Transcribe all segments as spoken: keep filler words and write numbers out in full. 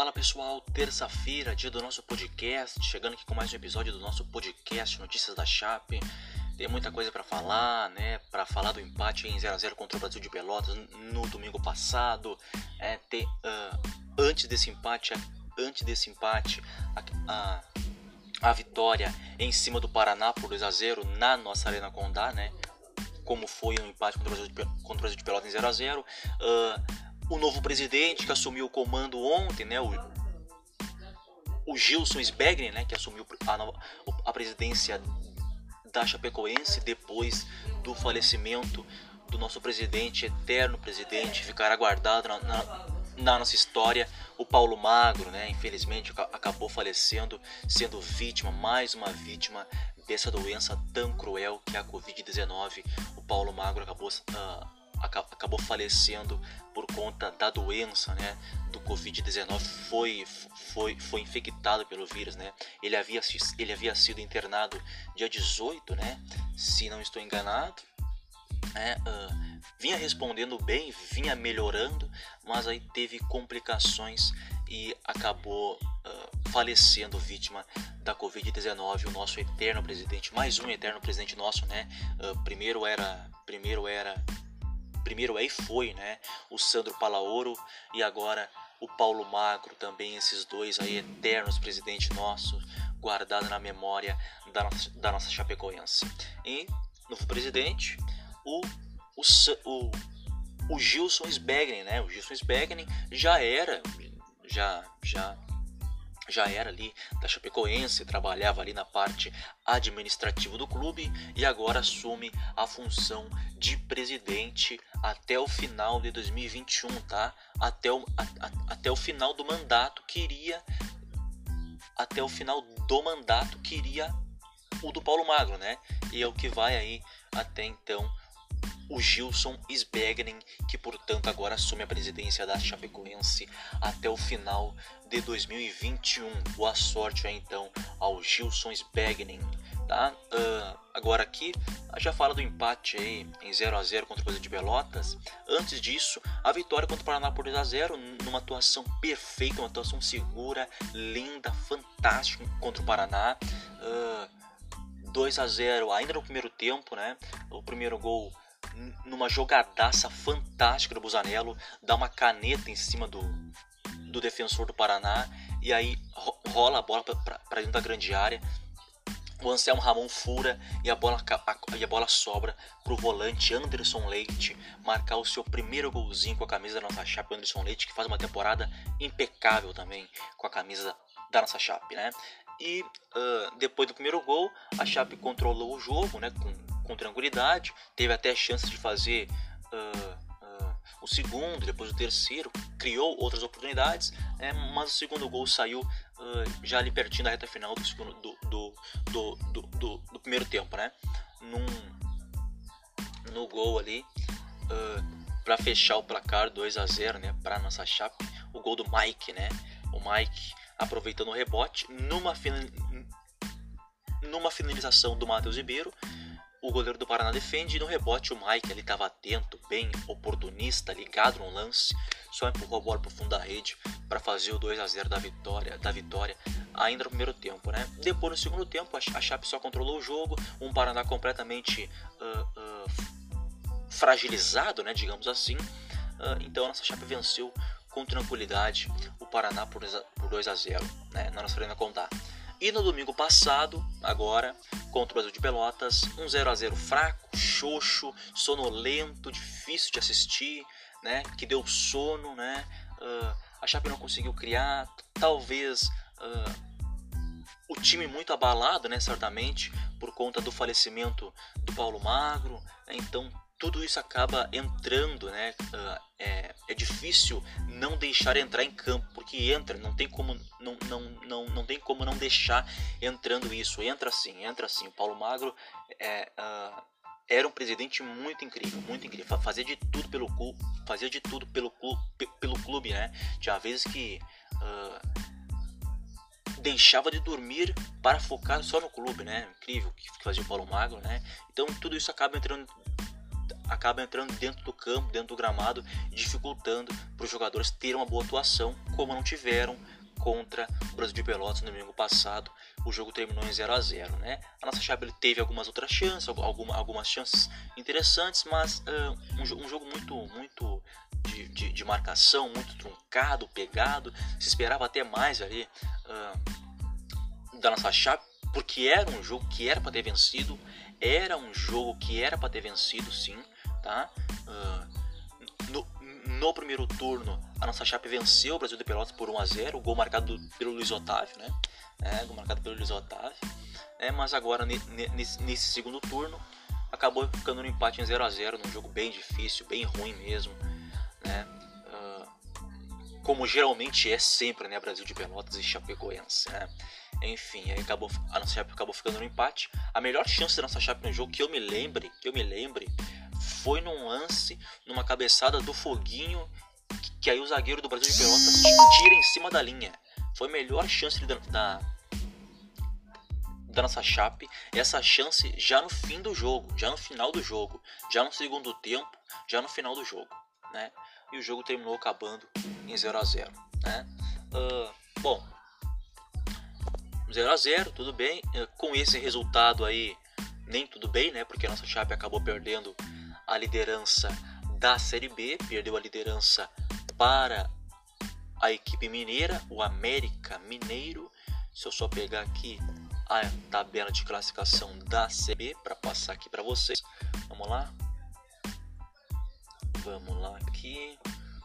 Fala pessoal, terça-feira, dia do nosso podcast, chegando aqui com mais um episódio do nosso podcast Notícias da Chape. Tem muita coisa para falar, né? Para falar do empate em zero a zero contra o Brasil de Pelotas no domingo passado. É, ter, uh, antes desse empate, antes desse empate, a, a, a vitória em cima do Paraná por dois a zero na nossa Arena Condá, né? Como foi o empate contra o Brasil de, contra o Brasil de Pelotas em zero a zero. Uh, O novo presidente que assumiu o comando ontem, né, o, o Gilson Sbegni, né, que assumiu a, nova, a presidência da Chapecoense depois do falecimento do nosso presidente, eterno presidente, ficará guardado na, na, na nossa história, o Paulo Magro, né, infelizmente acabou falecendo, sendo vítima, mais uma vítima dessa doença tão cruel que é a covid dezenove. O Paulo Magro acabou... Uh, acabou falecendo por conta da doença, né, do covid dezenove, foi, foi, foi infectado pelo vírus, né, ele havia, ele havia sido internado dia dezoito, né, se não estou enganado, né, uh, vinha respondendo bem, vinha melhorando, mas aí teve complicações e acabou uh, falecendo vítima da covid dezenove, o nosso eterno presidente, mais um eterno presidente nosso, né, uh, primeiro era, primeiro era Primeiro é e foi, né, o Sandro Palaoro e agora o Paulo Magro, também esses dois aí eternos presidentes nossos, guardados na memória da nossa, da nossa Chapecoense. E novo presidente, o, o, o, o Gilson Sbegni, né, o Gilson Sbegni já era, já, já, já era ali da Chapecoense, trabalhava ali na parte administrativa do clube e agora assume a função de presidente até o final de dois mil e vinte e um, tá? Até o, a, a, até o final do mandato queria até o final do mandato queria o do Paulo Magro, né? E é o que vai aí até então o Gilson Sbegni, que portanto agora assume a presidência da Chapecoense até o final de dois mil e vinte e um. Boa sorte aí então ao Gilson Sbegni, tá? Uh, agora aqui já fala do empate aí em zero a zero contra o Brasil de Pelotas. Antes disso, a vitória contra o Paraná por dois a zero, numa atuação perfeita, uma atuação segura, linda, fantástica contra o Paraná. Uh, dois a zero ainda no primeiro tempo, né? O primeiro gol numa jogadaça fantástica do Busanello, dá uma caneta em cima do, do defensor do Paraná e aí rola a bola para dentro da grande área. O Anselmo Ramon fura e a bola, a, e a bola sobra para o volante Anderson Leite marcar o seu primeiro golzinho com a camisa da nossa Chape. Anderson Leite, que faz uma temporada impecável também com a camisa da nossa Chape, né? E uh, depois do primeiro gol, a Chape controlou o jogo, né, com, com tranquilidade, teve até chance de fazer uh, uh, o segundo, depois o terceiro, criou outras oportunidades, né, mas o segundo gol saiu uh, já ali pertinho da reta final do, segundo, do, do, do, do, do, do primeiro tempo, né, Num, no gol ali, uh, para fechar o placar dois a zero, né, para nossa Chape, o gol do Mike, né, o Mike aproveitando o rebote, numa, numa finalização do Matheus Ribeiro, o goleiro do Paraná defende e no rebote o Mike ele estava atento, bem oportunista, ligado no lance, só empurrou a bola para o fundo da rede para fazer o dois a zero da vitória, da vitória ainda no primeiro tempo, né? Depois no segundo tempo a Chape só controlou o jogo, um Paraná completamente uh, uh, fragilizado, né, digamos assim, uh, então a nossa Chape venceu com tranquilidade o Paraná por dois a zero, né, na nossa Arena Condá. E no domingo passado, agora, contra o Brasil de Pelotas, um zero a zero fraco, xoxo, sonolento, difícil de assistir, né, que deu sono, né, uh, a Chape não conseguiu criar, talvez uh, o time muito abalado, né, certamente, por conta do falecimento do Paulo Magro, né, então tudo isso acaba entrando, né? Uh, é, é difícil não deixar entrar em campo, porque entra, não tem como não, não, não, não, tem como não deixar entrando isso. Entra sim, entra sim. O Paulo Magro é, uh, era um presidente muito incrível, muito incrível. Fazia de tudo pelo clube, fazia de tudo pelo clube, pelo clube, né? Tinha vezes que uh, deixava de dormir para focar só no clube, né? Incrível que fazia o Paulo Magro, né? Então tudo isso acaba entrando acaba entrando dentro do campo, dentro do gramado, dificultando para os jogadores terem uma boa atuação, como não tiveram contra o Brasil de Pelotas no domingo passado. O jogo terminou em zero a zero, né? A nossa Chape ele teve algumas outras chances, alguma, algumas chances interessantes, mas uh, um, um jogo muito, muito de, de, de marcação, muito truncado, pegado. Se esperava até mais ali uh, da nossa Chape, porque era um jogo que era para ter vencido, era um jogo que era para ter vencido, sim, tá? Uh, no, no primeiro turno, a nossa Chape venceu o Brasil de Pelotas por um a zero, o gol marcado pelo Luiz Otávio, né? É, gol marcado pelo Luiz Otávio. É, mas agora, nesse, nesse segundo turno, acabou ficando no empate em zero a zero, num jogo bem difícil, bem ruim mesmo, né? Uh, como geralmente é sempre, né? Brasil de Pelotas e Chapecoense, né? Enfim, aí acabou, a nossa Chape acabou ficando no empate. A melhor chance da nossa Chape no jogo, que eu me lembre, que eu me lembre, foi num lance, numa cabeçada do Foguinho, que, que aí o zagueiro do Brasil de Pelotas tira em cima da linha. Foi a melhor chance da, da, da nossa Chape. Essa chance já no fim do jogo, já no final do jogo, já no segundo tempo, já no final do jogo, né? E o jogo terminou acabando em zero a zero, né? Uh, bom, zero a zero, tudo bem. Com esse resultado aí, nem tudo bem, né? Porque a nossa Chape acabou perdendo a liderança da Série B, perdeu a liderança para a equipe mineira, o América Mineiro. Se eu só pegar aqui a tabela de classificação da Série B para passar aqui para vocês. Vamos lá. Vamos lá aqui.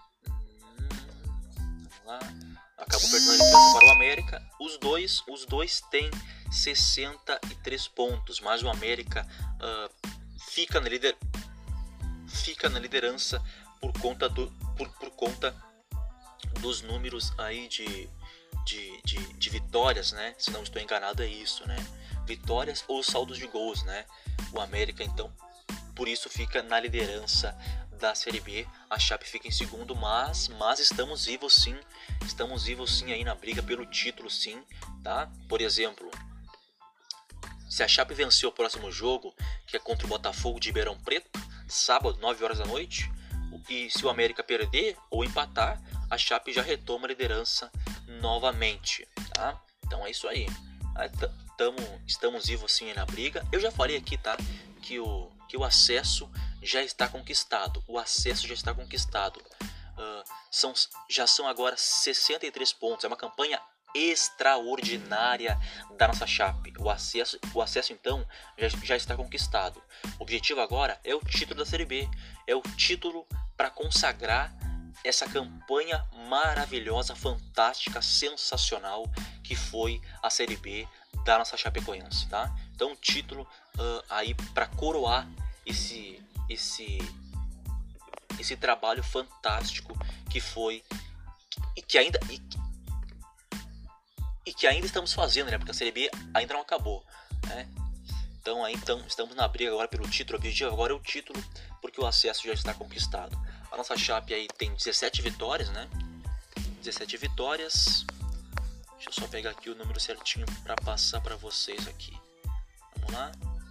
Vamos lá. Acabou perdendo a liderança para o América. Os dois, os dois têm sessenta e três pontos, mas o América uh, fica, na lider... fica na liderança por conta, do... por, por conta dos números aí de, de, de, de vitórias, né? Se não estou enganado, é isso, né? Vitórias ou saldos de gols, né? O América, então, por isso fica na liderança da Série B. A Chape fica em segundo, mas, mas estamos vivos sim, estamos vivos sim aí na briga pelo título sim, tá? Por exemplo, se a Chape vencer o próximo jogo, que é contra o Botafogo de Ribeirão Preto, sábado, nove horas da noite, e se o América perder ou empatar, a Chape já retoma a liderança novamente, tá? Então é isso aí, Tamo, estamos vivos sim aí na briga. Eu já falei aqui, tá? Que o, que o acesso já está conquistado. O acesso já está conquistado. Uh, são, já são agora sessenta e três pontos. É uma campanha extraordinária da nossa Chape. O acesso, o acesso então, já, já está conquistado. O objetivo agora é o título da Série B. É o título para consagrar essa campanha maravilhosa, fantástica, sensacional que foi a Série B da nossa Chapecoense, tá? Então, título uh, aí para coroar esse esse esse trabalho fantástico que foi e que ainda e, e que ainda estamos fazendo, né? Porque a Série B ainda não acabou, né? Então, aí, então estamos na briga agora pelo título. O objetivo agora é o título, porque o acesso já está conquistado. A nossa Chape aí tem dezessete vitórias, né? dezessete vitórias. Deixa eu só pegar aqui o número certinho para passar para vocês aqui. Vamos lá.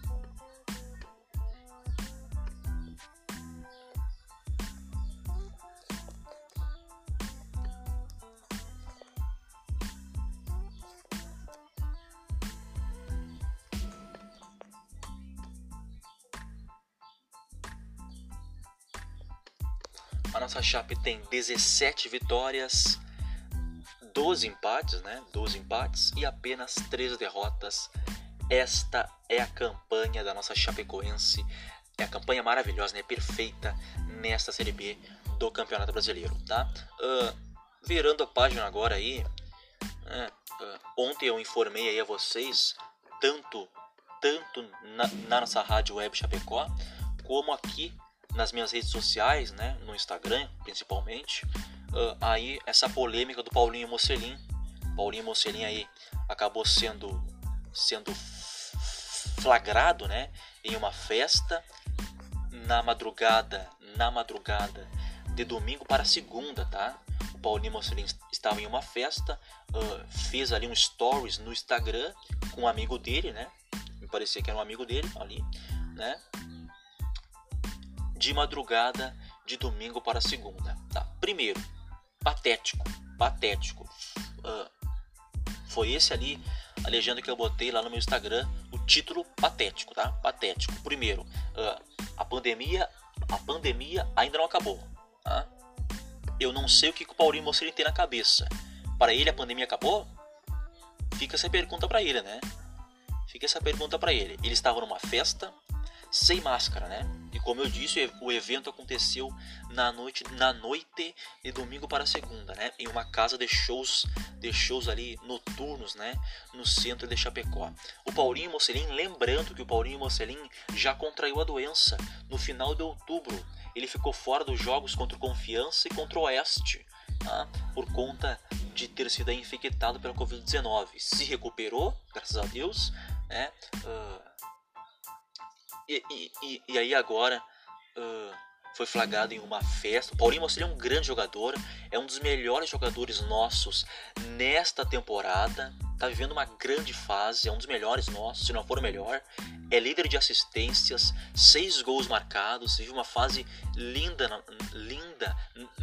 A nossa Chape tem dezessete vitórias, doze empates, né? doze empates e apenas três derrotas. Esta é a campanha da nossa Chapecoense. É a campanha maravilhosa, né? Perfeita nesta Série B do Campeonato Brasileiro, tá? Uh, virando a página agora aí, né? uh, ontem eu informei aí a vocês, tanto, tanto na, na nossa rádio web Chapecó, como aqui nas minhas redes sociais, né, no Instagram principalmente, uh, aí essa polêmica do Paulinho Mocelin. Paulinho Mocelin aí acabou sendo sendo flagrado, né, em uma festa na madrugada, na madrugada de domingo para segunda, tá? O Paulinho Mocelin estava em uma festa, uh, fez ali um stories no Instagram com um amigo dele, né? Me parecia que era um amigo dele ali, né? de madrugada de domingo para segunda. Tá? Primeiro, patético, patético. Uh, foi esse ali, a legenda que eu botei lá no meu Instagram, o título patético, tá? Patético. Primeiro, uh, a pandemia, a pandemia ainda não acabou, tá? Eu não sei o que o Paulinho Mocelin tem na cabeça. Para ele a pandemia acabou? Fica essa pergunta para ele, né? Fica essa pergunta para ele. Ele estava numa festa sem máscara, né? E como eu disse, o evento aconteceu na noite, na noite de domingo para segunda, né? Em uma casa de shows, de shows ali noturnos, né? No centro de Chapecó. O Paulinho Mocelin, lembrando que o Paulinho Mocelin já contraiu a doença no final de outubro. Ele ficou fora dos jogos contra o Confiança e contra o Oeste, tá? Por conta de ter sido infectado pela covid dezenove. Se recuperou, graças a Deus, né? Uh, e, e, e aí agora uh, foi flagrado em uma festa. O Paulinho Mocelin é um grande jogador, é um dos melhores jogadores nossos nesta temporada. Tá vivendo uma grande fase, é um dos melhores nossos, se não for o melhor. É líder de assistências, seis gols marcados, vive uma fase linda, linda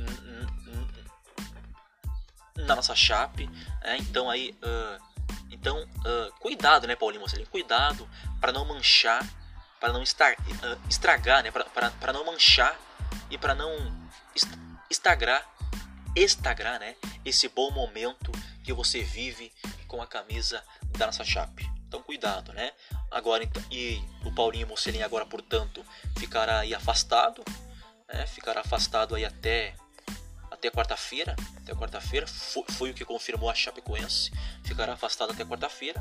na nossa Chape. É, então aí, uh, então uh, cuidado, né, Paulinho Mocelin, cuidado para não manchar, para não estar, uh, estragar, né, para não manchar e para não estagrar, estagrar, né, esse bom momento que você vive com a camisa da nossa Chape. Então cuidado, né? Agora, e o Paulinho Mocelin agora, portanto, ficará aí afastado, né? Ficará afastado aí até até quarta-feira, até quarta-feira, foi, foi o que confirmou a Chapecoense. Ficará afastado até quarta-feira,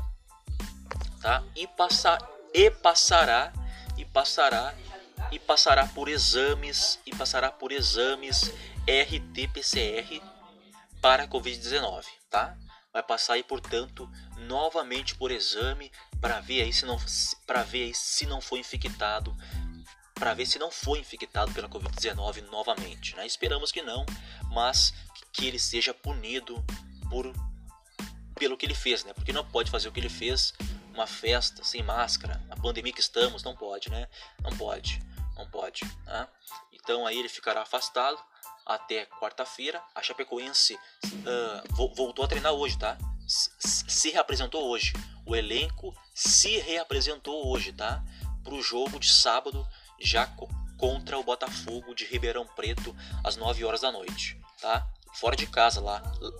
tá? E passar e passará e passará e passará por exames e passará por exames R T P C R para a covid dezenove, tá? Vai passar aí, portanto, novamente por exame para ver aí se não para ver aí se não foi infectado, para ver se não foi infectado pela covid dezenove novamente, né? Esperamos que não, mas que ele seja punido por pelo que ele fez, né? Porque não pode fazer o que ele fez, uma festa sem máscara, na pandemia que estamos, não pode, né? Não pode, não pode, né? Então aí ele ficará afastado até quarta-feira. A Chapecoense uh, voltou a treinar hoje, tá? Se reapresentou hoje. O elenco se reapresentou hoje, tá? Para o jogo de sábado, já co contra o Botafogo de Ribeirão Preto, às nove horas da noite, tá? Fora de casa, lá,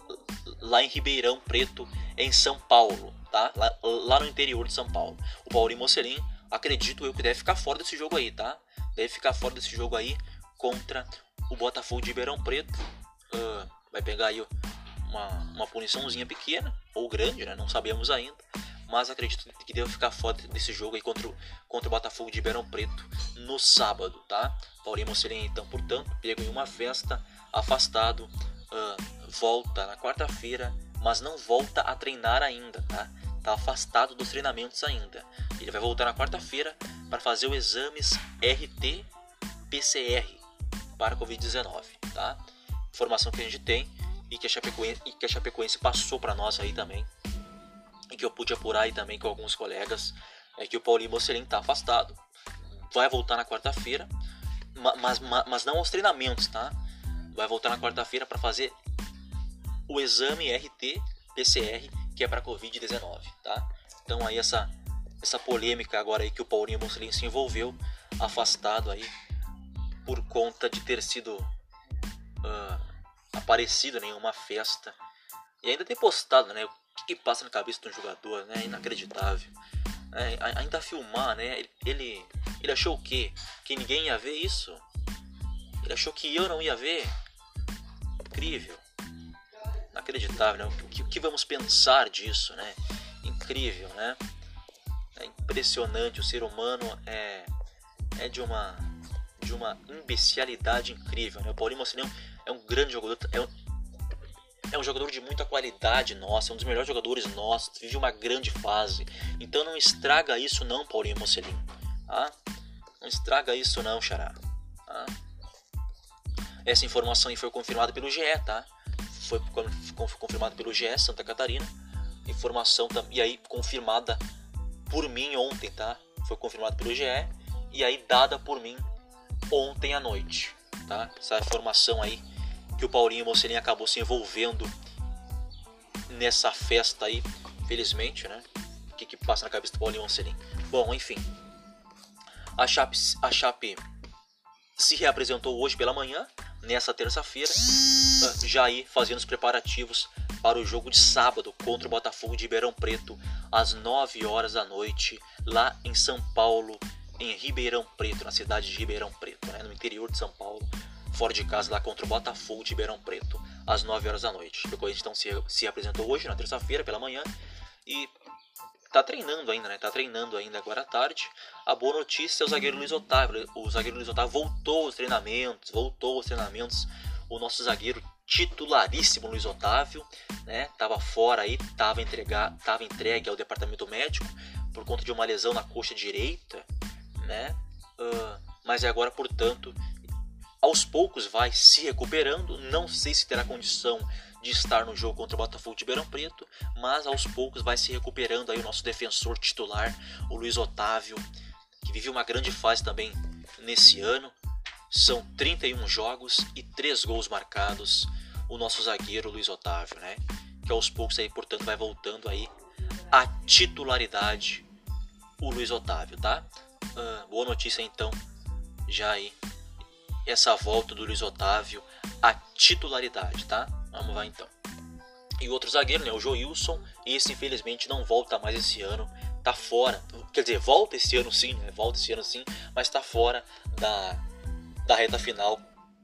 lá em Ribeirão Preto, em São Paulo, tá? Lá, lá no interior de São Paulo. O Paulinho Mocelin, acredito eu que deve ficar fora desse jogo aí, tá? Deve ficar fora desse jogo aí contra o Botafogo de Ribeirão Preto. Uh, vai pegar aí uma, uma puniçãozinha pequena ou grande, né? Não sabemos ainda, mas acredito que deve ficar fora desse jogo aí contra o, contra o Botafogo de Ribeirão Preto no sábado, tá? Paulinho Mocelin, então, portanto, pego em uma festa, afastado, uh, volta na quarta-feira, mas não volta a treinar ainda, tá? Tá afastado dos treinamentos ainda. Ele vai voltar na quarta-feira para fazer os exames R T P C R para a covid dezenove, tá? Informação que a gente tem e que a Chapecoense, e que a Chapecoense passou para nós aí também, e que eu pude apurar aí também com alguns colegas, é que o Paulinho Mocelin tá afastado, vai voltar na quarta-feira, mas, mas, mas não aos treinamentos, tá? Vai voltar na quarta-feira para fazer o exame R T P C R, que é para a covid dezenove, tá? Então aí essa, essa polêmica agora aí que o Paulinho Mocelin se envolveu, afastado aí por conta de ter sido uh, aparecido em uma festa e ainda ter postado, né? O que, que passa na cabeça de um jogador, né? Inacreditável. É, ainda filmar, né? Ele, ele achou o quê? Que ninguém ia ver isso? Ele achou que eu não ia ver? Incrível. Inacreditável, né? O que, o que vamos pensar disso, né? Incrível, né? É impressionante. O ser humano é, é de uma de uma imbecilidade incrível, né? O Paulinho Mocelin é um grande jogador, é um, é um jogador de muita qualidade nossa, é um dos melhores jogadores nossos, vive uma grande fase. Então não estraga isso não, Paulinho Mocelin, tá? Não estraga isso não, xará, tá? Essa informação aí foi confirmada pelo G E, tá? Foi confirmado pelo G E Santa Catarina. Informação e aí confirmada por mim ontem, tá? Foi confirmado pelo G E e aí dada por mim ontem à noite, tá? Essa informação aí que o Paulinho Mocelin acabou se envolvendo nessa festa aí, felizmente, né? O que que passa na cabeça do Paulinho Mocelin? Bom, enfim, a Chape, a Chape se reapresentou hoje pela manhã, nessa terça-feira, já aí fazendo os preparativos para o jogo de sábado contra o Botafogo de Ribeirão Preto, às nove horas da noite, lá em São Paulo, em Ribeirão Preto, na cidade de Ribeirão Preto, né, no interior de São Paulo, fora de casa, lá contra o Botafogo de Ribeirão Preto, às nove horas da noite. O Corinthians então se, se apresentou hoje, na terça-feira, pela manhã, e tá treinando ainda, né? Tá treinando ainda agora à tarde. A boa notícia é o zagueiro Luiz Otávio. O zagueiro Luiz Otávio voltou aos treinamentos, voltou aos treinamentos. O nosso zagueiro titularíssimo Luiz Otávio, né? Tava fora aí, tava, entregar, tava entregue ao departamento médico por conta de uma lesão na coxa direita, né? Uh, mas agora, portanto, aos poucos vai se recuperando. Não sei se terá condição de estar no jogo contra o Botafogo de Ribeirão Preto, mas aos poucos vai se recuperando aí o nosso defensor titular, o Luiz Otávio, que vive uma grande fase também nesse ano. São trinta e um jogos e três gols marcados, o nosso zagueiro Luiz Otávio, né? Que aos poucos aí, portanto, vai voltando aí a titularidade, o Luiz Otávio, tá? Uh, boa notícia então, já aí, essa volta do Luiz Otávio à titularidade, tá? Vamos lá então. E o outro zagueiro, né, o Joilson, esse infelizmente não volta mais esse ano, tá fora. Quer dizer, volta esse ano sim, né? Volta esse ano sim, mas tá fora da, da reta final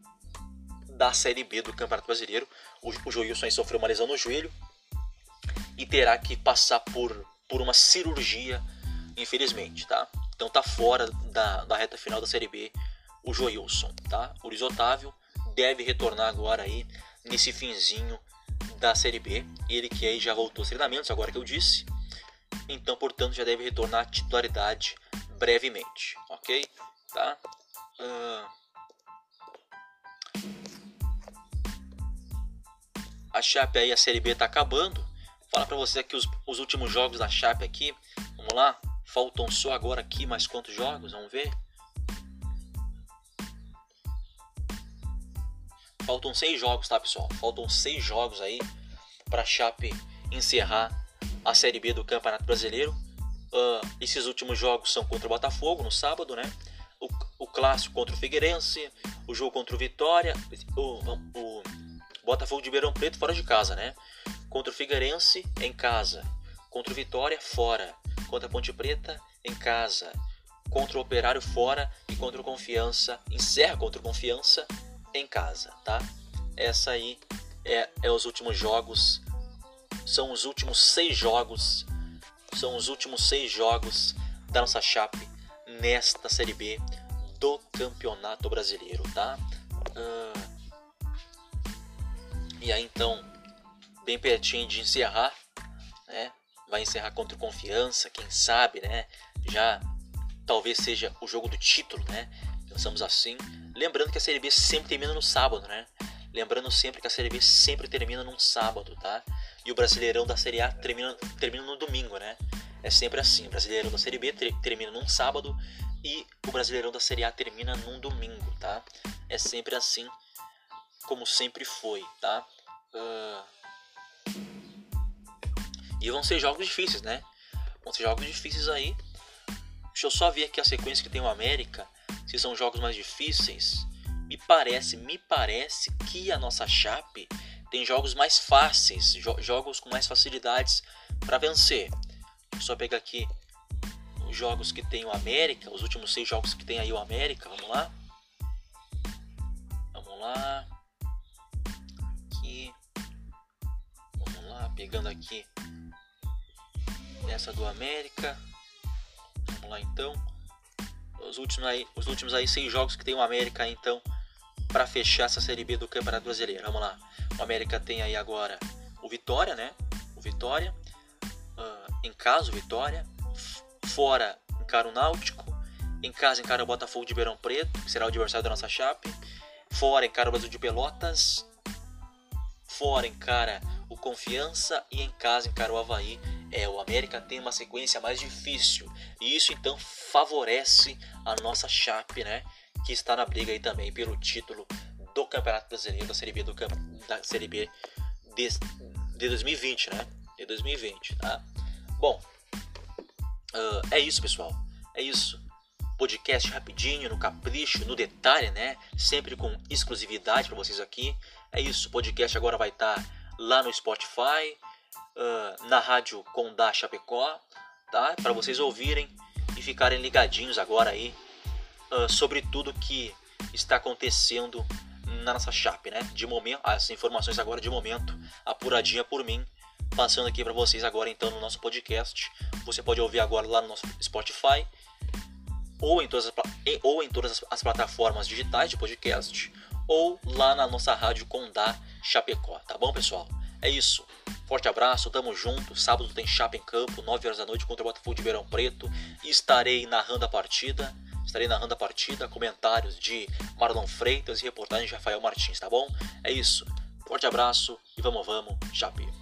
da Série B do Campeonato Brasileiro. O, o Joilson aí sofreu uma lesão no joelho e terá que passar por, por uma cirurgia, infelizmente, tá? Então tá fora da, da reta final da Série B o Joilson, tá? O Luiz Otávio deve retornar agora aí nesse finzinho da Série B, ele que aí já voltou aos treinamentos, agora que eu disse, então portanto já deve retornar à titularidade brevemente, ok? Tá? Uh... A Chape aí, a Série B tá acabando. Falar pra vocês aqui os, os últimos jogos da Chape aqui, vamos lá, faltam só agora aqui mais quantos jogos, vamos ver. Faltam seis jogos, tá, pessoal? Faltam seis jogos aí para a Chape encerrar a Série B do Campeonato Brasileiro. Uh, esses últimos jogos são contra o Botafogo no sábado, né? O, o clássico contra o Figueirense, o jogo contra o Vitória, o, o Botafogo de Ribeirão Preto fora de casa, né? Contra o Figueirense em casa, contra o Vitória fora, contra a Ponte Preta em casa, contra o Operário fora e contra o Confiança, encerra contra o Confiança em casa, tá? Essa aí é, é os últimos jogos, são os últimos seis jogos, são os últimos seis jogos da nossa Chape nesta Série B do Campeonato Brasileiro, tá? Uh, e aí então, bem pertinho de encerrar, né? Vai encerrar contra o Confiança, quem sabe, né? Já talvez seja o jogo do título, né? Pensamos assim. Lembrando que a Série B sempre termina no sábado, né? Lembrando sempre que a Série B sempre termina num sábado, tá? E o Brasileirão da Série A termina, termina no domingo, né? É sempre assim. O Brasileirão da Série B ter, termina num sábado e o Brasileirão da Série A termina num domingo, tá? É sempre assim, como sempre foi, tá? Uh... E vão ser jogos difíceis, né? Vão ser jogos difíceis aí. Deixa eu só ver aqui a sequência que tem o América. Se são jogos mais difíceis, me parece, me parece que a nossa Chape tem jogos mais fáceis, jo- jogos com mais facilidades para vencer. Vou só pegar aqui os jogos que tem o América, os últimos seis jogos que tem aí o América, vamos lá. Vamos lá. Aqui. Vamos lá, pegando aqui essa do América. Vamos lá então. Os últimos aí, os últimos aí seis jogos que tem o América então para fechar essa Série B do Campeonato Brasileiro. Vamos lá. O América tem aí agora o Vitória, né? O Vitória uh, em casa, o Vitória F- fora encara o Náutico, em casa encara o Botafogo de Ribeirão Preto, que será o adversário da nossa Chape. Fora encara o Brasil de Pelotas, fora encara o Confiança e em casa encara o Avaí. É, o América tem uma sequência mais difícil e isso então favorece a nossa Chape, né? que está na briga aí também pelo título do Campeonato Brasileiro da Série B do da Série B de, de dois mil e vinte, né? De dois mil e vinte, tá? Bom, uh, é isso, pessoal. É isso. Podcast rapidinho, no capricho, no detalhe, né? Sempre com exclusividade para vocês aqui. É isso. O podcast agora vai estar lá no Spotify, uh, na rádio Condá Chapecó, tá? Para vocês ouvirem e ficarem ligadinhos agora aí uh, sobre tudo que está acontecendo na nossa Chape, né? De momento, as informações agora de momento, apuradinha por mim, passando aqui para vocês agora então no nosso podcast. Você pode ouvir agora lá no nosso Spotify ou em todas as, ou em todas as plataformas digitais de podcast, ou lá na nossa rádio Condá Chapecó, tá bom, pessoal? É isso. Forte abraço, tamo junto. Sábado tem Chape em campo, nove horas da noite contra o Botafogo de Ribeirão Preto. Estarei narrando a partida. Estarei narrando a partida, comentários de Marlon Freitas e reportagem de Rafael Martins, tá bom? É isso. Forte abraço e vamos, vamos, Chape.